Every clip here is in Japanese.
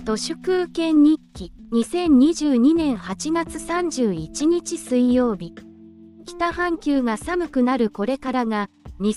都市空権日記2022年8月31日水曜日。北半球が寒くなるこれからが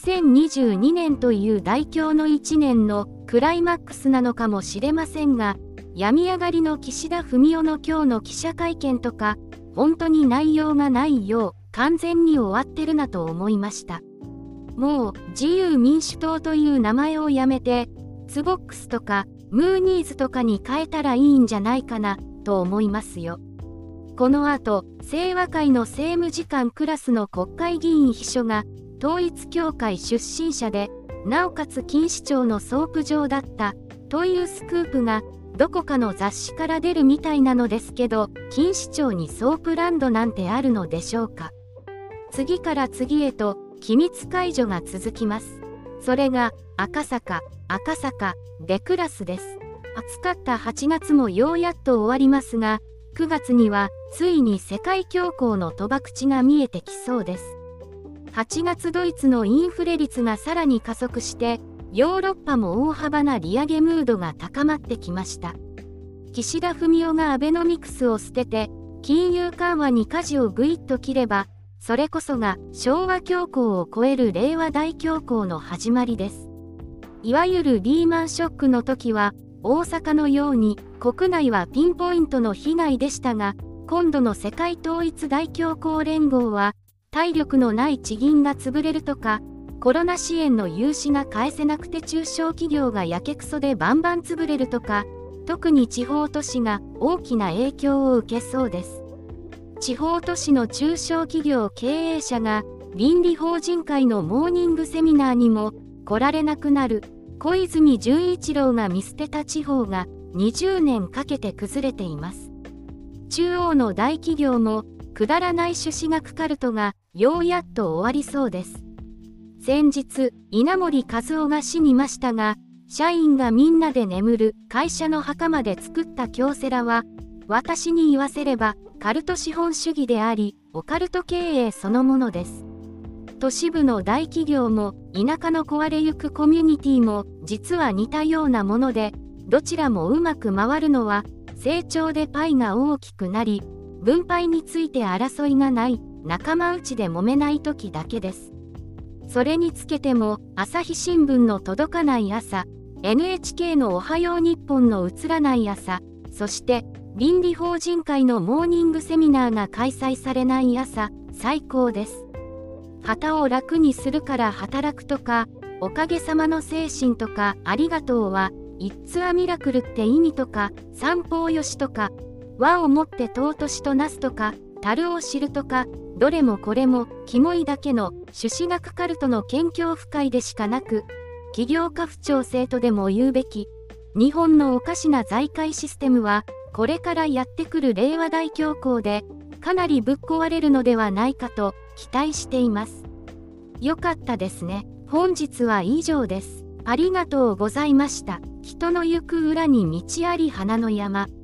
2022年という大凶の1年のクライマックスなのかもしれませんが、病み上がりの岸田文雄の今日の記者会見とか、本当に内容がないよう完全に終わってるなと思いました。もう自由民主党という名前をやめて、ツボックスとかムーニーズとかに変えたらいいんじゃないかなと思いますよ。この後、清和会の政務次官クラスの国会議員秘書が統一教会出身者で、なおかつ錦糸町のソープ場だったというスクープがどこかの雑誌から出るみたいなのですけど、錦糸町にソープランドなんてあるのでしょうか。次から次へと機密解除が続きます。それが赤坂デクラスです。暑かった8月もようやっと終わりますが、9月にはついに世界恐慌の賭博地が見えてきそうです。8月ドイツのインフレ率がさらに加速して、ヨーロッパも大幅な利上げムードが高まってきました。岸田文雄がアベノミクスを捨てて、金融緩和に舵をぐいっと切れば、それこそが昭和恐慌を超える令和大恐慌の始まりです。いわゆるリーマンショックの時は、大阪のように国内はピンポイントの被害でしたが、今度の世界統一大恐慌連合は、体力のない地銀が潰れるとか、コロナ支援の融資が返せなくて中小企業がやけくそでバンバン潰れるとか、特に地方都市が大きな影響を受けそうです。地方都市の中小企業経営者が倫理法人会のモーニングセミナーにも来られなくなる。小泉純一郎が見捨てた地方が20年かけて崩れています。中央の大企業もくだらない朱子学カルトがようやっと終わりそうです。先日、稲盛和夫が死にましたが、社員がみんなで眠る会社の墓まで作った京セラは、私に言わせればカルト資本主義であり、オカルト経営そのものです。都市部の大企業も田舎の壊れゆくコミュニティも実は似たようなもので、どちらもうまく回るのは成長でパイが大きくなり、分配について争いがない仲間内で揉めない時だけです。それにつけても朝日新聞の届かない朝、NHK のおはよう日本の映らない朝、そして倫理法人会のモーニングセミナーが開催されない朝、最高です。旗を楽にするから働くとか、おかげさまの精神とか、ありがとうは、It's a miracleって意味とか、三方よしとか、和をもって尊しとなすとか、樽を知るとか、どれもこれも、キモいだけの、朱子学カルトの謙虚不快でしかなく、起業家不調性とでも言うべき、日本のおかしな財界システムは、これからやってくる令和大恐慌で、かなりぶっ壊れるのではないかと、期待しています。よかったですね。本日は以上です。ありがとうございました。人の行く裏に道あり花の山。